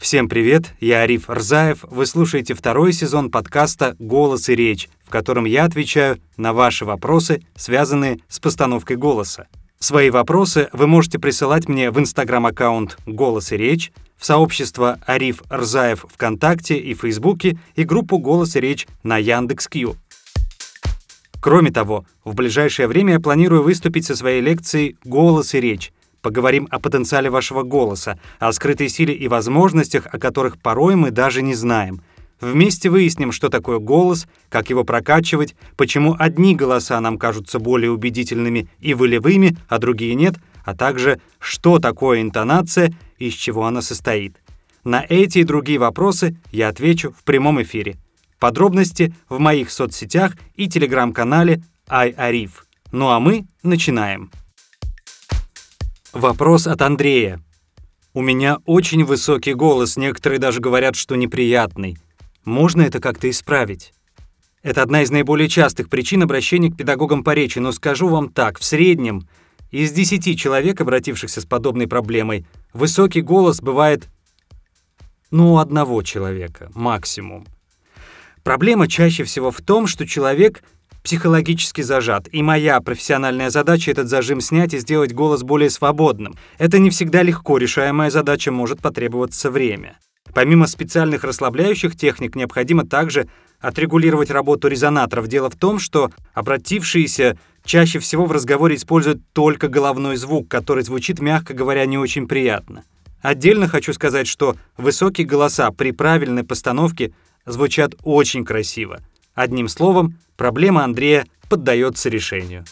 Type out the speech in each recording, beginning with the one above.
Всем привет, я Ариф Рзаев, вы слушаете второй сезон подкаста «Голос и речь», в котором я отвечаю на ваши вопросы, связанные с постановкой голоса. Свои вопросы вы можете присылать мне в инстаграм-аккаунт «Голос и речь», в сообщество Ариф Рзаев ВКонтакте и Фейсбуке и группу «Голос и речь» на Яндекс.Кью. Кроме того, в ближайшее время я планирую выступить со своей лекцией «Голос и речь». Поговорим о потенциале вашего голоса, о скрытой силе и возможностях, о которых порой мы даже не знаем. Вместе выясним, что такое голос, как его прокачивать, почему одни голоса нам кажутся более убедительными и волевыми, а другие нет, а также, что такое интонация и из чего она состоит. На эти и другие вопросы я отвечу в прямом эфире. Подробности в моих соцсетях и телеграм-канале iArif. Ну а мы начинаем. Вопрос от Андрея. У меня очень высокий голос, некоторые даже говорят, что неприятный. Можно это как-то исправить? Это одна из наиболее частых причин обращения к педагогам по речи, но скажу вам так, в среднем из 10 человек, обратившихся с подобной проблемой, высокий голос бывает, у одного человека, максимум. Проблема чаще всего в том, что человек психологически зажат, и моя профессиональная задача — этот зажим снять и сделать голос более свободным. Это не всегда легко решаемая задача, может потребоваться время. Помимо специальных расслабляющих техник, необходимо также отрегулировать работу резонаторов. Дело в том, что обратившиеся чаще всего в разговоре используют только головной звук, который звучит, мягко говоря, не очень приятно. Отдельно хочу сказать, что высокие голоса при правильной постановке звучат очень красиво. Одним словом, проблема Андрея поддается решению.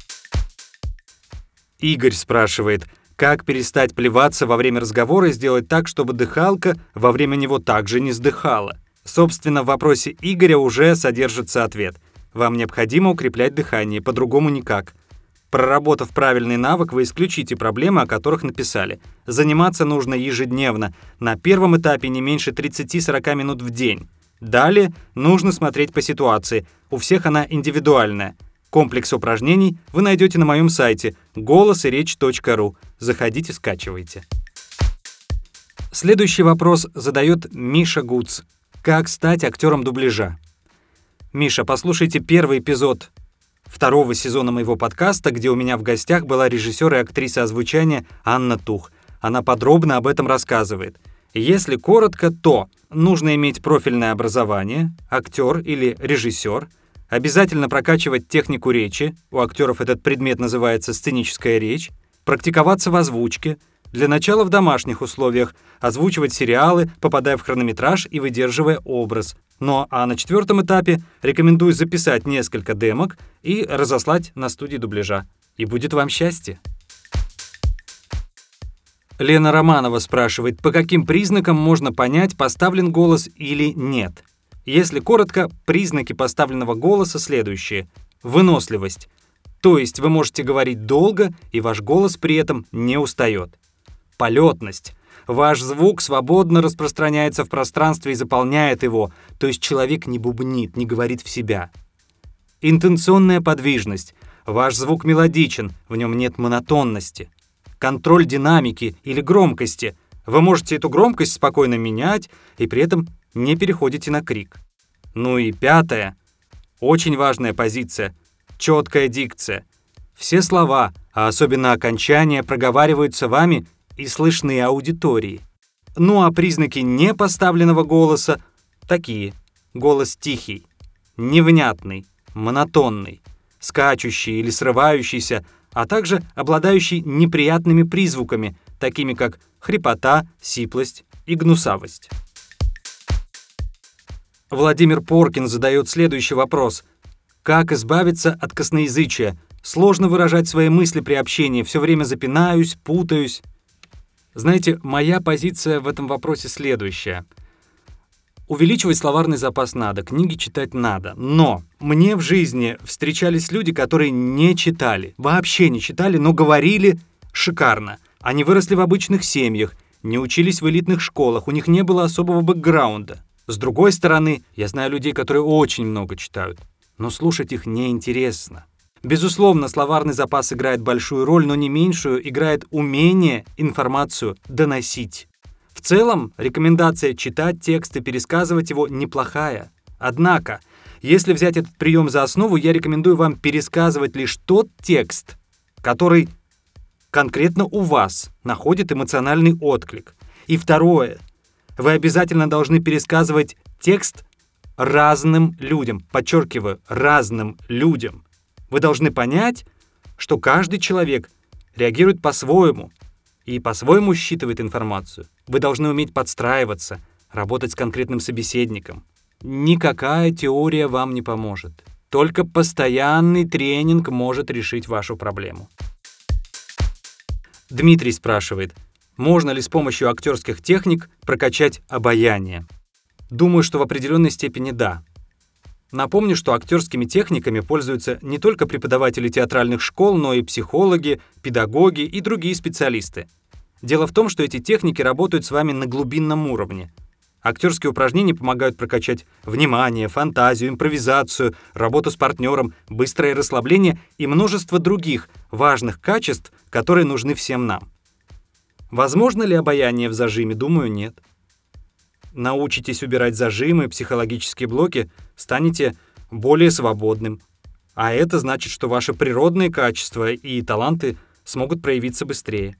Игорь спрашивает, как перестать плеваться во время разговора и сделать так, чтобы дыхалка во время него также не сдыхала. Собственно, в вопросе Игоря уже содержится ответ. Вам необходимо укреплять дыхание, по-другому никак. Проработав правильный навык, вы исключите проблемы, о которых написали. Заниматься нужно ежедневно. На первом этапе не меньше 30-40 минут в день. Далее нужно смотреть по ситуации. У всех она индивидуальная. Комплекс упражнений вы найдете на моем сайте голосиречь.ру. Заходите, скачивайте. Следующий вопрос задает Миша Гуц. Как стать актером дубляжа? Миша, послушайте первый эпизод второго сезона моего подкаста, где у меня в гостях была режиссер и актриса озвучания Анна Тух. Она подробно об этом рассказывает. Если коротко, то нужно иметь профильное образование, актер или режиссер, обязательно прокачивать технику речи, у актеров этот предмет называется сценическая речь, практиковаться в озвучке, для начала в домашних условиях, озвучивать сериалы, попадая в хронометраж и выдерживая образ. А на 4-м этапе рекомендую записать несколько демок и разослать на студии дубляжа. И будет вам счастье! Лена Романова спрашивает, по каким признакам можно понять, поставлен голос или нет. Если коротко, признаки поставленного голоса следующие. Выносливость. То есть вы можете говорить долго, и ваш голос при этом не устает. Полетность. Ваш звук свободно распространяется в пространстве и заполняет его, то есть человек не бубнит, не говорит в себя. Интонационная подвижность. Ваш звук мелодичен, в нем нет монотонности. Контроль динамики или громкости. Вы можете эту громкость спокойно менять и при этом не переходите на крик. И 5-е, очень важная позиция — четкая дикция. Все слова, а особенно окончания, проговариваются вами и слышны аудитории. А признаки непоставленного голоса такие: голос тихий, невнятный, монотонный, скачущий или срывающийся, а также обладающий неприятными призвуками, такими как хрипота, сиплость и гнусавость. Владимир Поркин задает следующий вопрос. Как избавиться от косноязычия? Сложно выражать свои мысли при общении, все время запинаюсь, путаюсь. Знаете, моя позиция в этом вопросе следующая. Увеличивать словарный запас надо, книги читать надо. Но мне в жизни встречались люди, которые не читали, вообще не читали, но говорили шикарно. Они выросли в обычных семьях, не учились в элитных школах, у них не было особого бэкграунда. С другой стороны, я знаю людей, которые очень много читают, но слушать их неинтересно. Безусловно, словарный запас играет большую роль, но не меньшую играет умение информацию доносить. В целом, рекомендация читать текст и пересказывать его неплохая. Однако, если взять этот прием за основу, я рекомендую вам пересказывать лишь тот текст, который конкретно у вас находит эмоциональный отклик. И второе, вы обязательно должны пересказывать текст разным людям. Подчеркиваю, разным людям. Вы должны понять, что каждый человек реагирует по-своему и по-своему считывает информацию. Вы должны уметь подстраиваться, работать с конкретным собеседником. Никакая теория вам не поможет. Только постоянный тренинг может решить вашу проблему. Дмитрий спрашивает, можно ли с помощью актерских техник прокачать обаяние? Думаю, что в определенной степени да. Напомню, что актерскими техниками пользуются не только преподаватели театральных школ, но и психологи, педагоги и другие специалисты. Дело в том, что эти техники работают с вами на глубинном уровне. Актерские упражнения помогают прокачать внимание, фантазию, импровизацию, работу с партнером, быстрое расслабление и множество других важных качеств, которые нужны всем нам. Возможно ли обаяние в зажиме? Думаю, нет. Научитесь убирать зажимы, психологические блоки, станете более свободным. А это значит, что ваши природные качества и таланты смогут проявиться быстрее.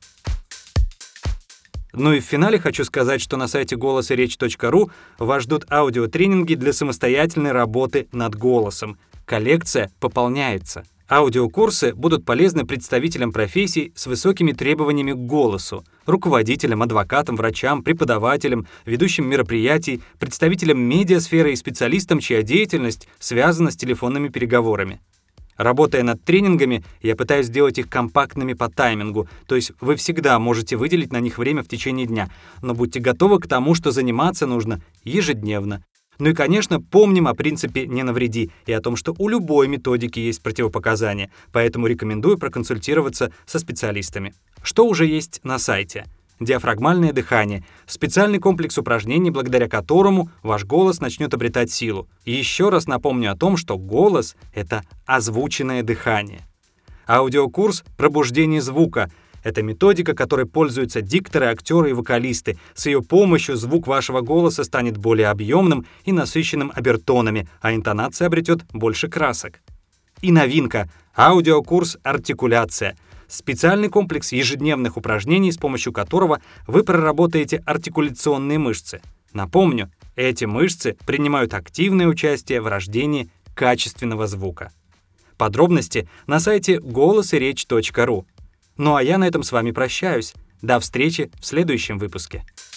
Ну и в финале хочу сказать, что на сайте голосиречь.ру вас ждут аудиотренинги для самостоятельной работы над голосом. Коллекция пополняется. Аудиокурсы будут полезны представителям профессий с высокими требованиями к голосу, руководителям, адвокатам, врачам, преподавателям, ведущим мероприятий, представителям медиасферы и специалистам, чья деятельность связана с телефонными переговорами. Работая над тренингами, я пытаюсь сделать их компактными по таймингу, то есть вы всегда можете выделить на них время в течение дня, но будьте готовы к тому, что заниматься нужно ежедневно. Ну и, конечно, помним о принципе «не навреди» и о том, что у любой методики есть противопоказания, поэтому рекомендую проконсультироваться со специалистами. Что уже есть на сайте? Диафрагмальное дыхание — специальный комплекс упражнений, благодаря которому ваш голос начнет обретать силу. И еще раз напомню о том, что голос — это озвученное дыхание. Аудиокурс «Пробуждение звука» — это методика, которой пользуются дикторы, актеры и вокалисты. С ее помощью звук вашего голоса станет более объемным и насыщенным обертонами, а интонация обретет больше красок. И новинка — аудиокурс «Артикуляция». Специальный комплекс ежедневных упражнений, с помощью которого вы проработаете артикуляционные мышцы. Напомню, эти мышцы принимают активное участие в рождении качественного звука. Подробности на сайте голосиречь.ру. Ну а я на этом с вами прощаюсь. До встречи в следующем выпуске.